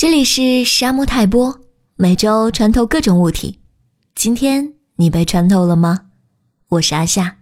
这里是沙漠泰波，每周穿透各种物体。今天你被穿透了吗？我是阿夏。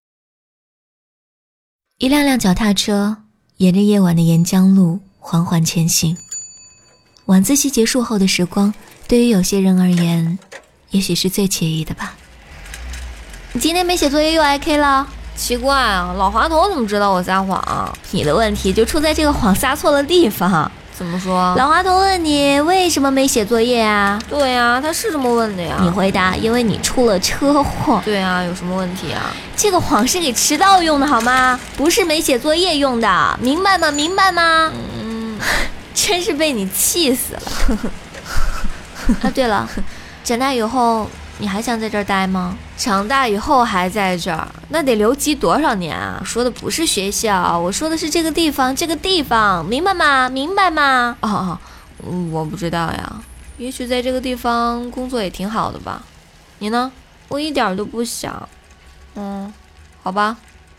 一辆辆脚踏车沿着夜晚的沿江路缓缓前行。晚自习结束后的时光，对于有些人而言，也许是最惬意的吧。你今天没写作业又挨 K 了？ 奇怪啊，老滑头怎么知道我撒谎啊？ 你的问题就出在这个谎撒错了地方。 怎么说？ 老滑头问你为什么没写作业啊？ 对呀，他是这么问的呀。 你回答，因为你出了车祸。 对呀，有什么问题啊？ 这个谎是给迟到用的好吗？不是没写作业用的，明白吗？明白吗？真是被你气死了。啊，对了，长大以后你还想在这儿待吗？ 长大以后还在这儿，那得留级多少年啊？ 说的不是学校，我说的是这个地方，这个地方，明白吗？明白吗？ 我不知道呀，也许在这个地方工作也挺好的吧。你呢？ 我一点都不想。 好吧。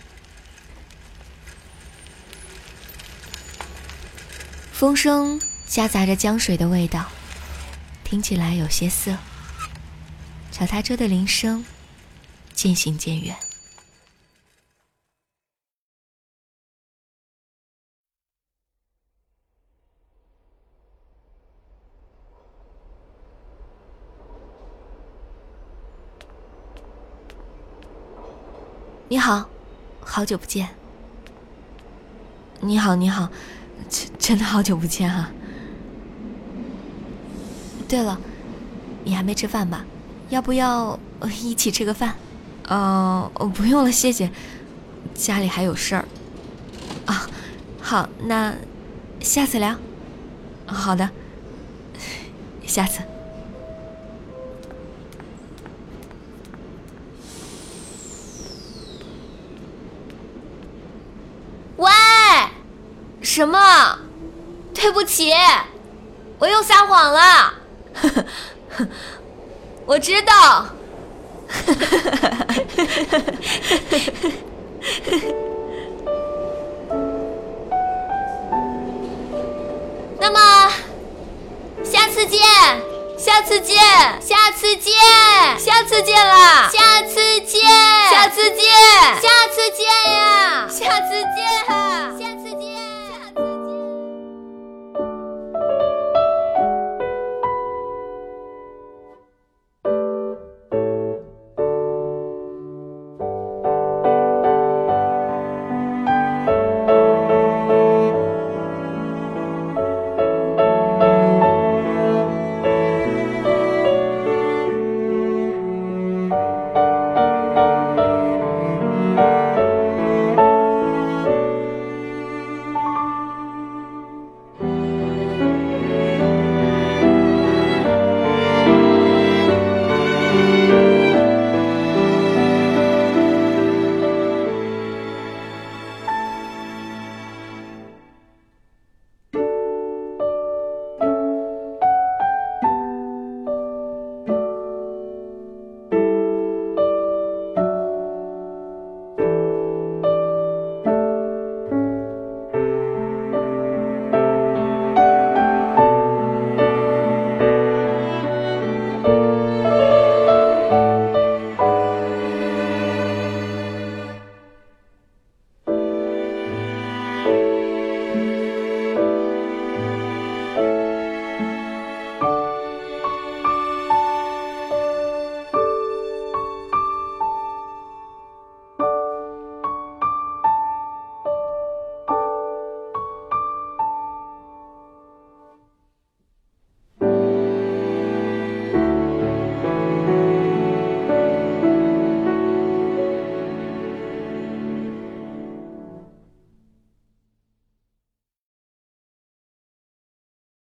风声夹杂着江水的味道，听起来有些涩。脚踏车的铃声渐行渐远。你好，好久不见。 你好，真的好久不见啊。 对了，你还没吃饭吧？要不要一起吃个饭？ 不用了，谢谢，家里还有事儿。 好，那下次聊。 好的，下次。 喂，什么？对不起，我又撒谎了。我知道。那么下次见，下次见，下次见，下次见啦，下次见，下次见，下次见呀，下次见啊，下次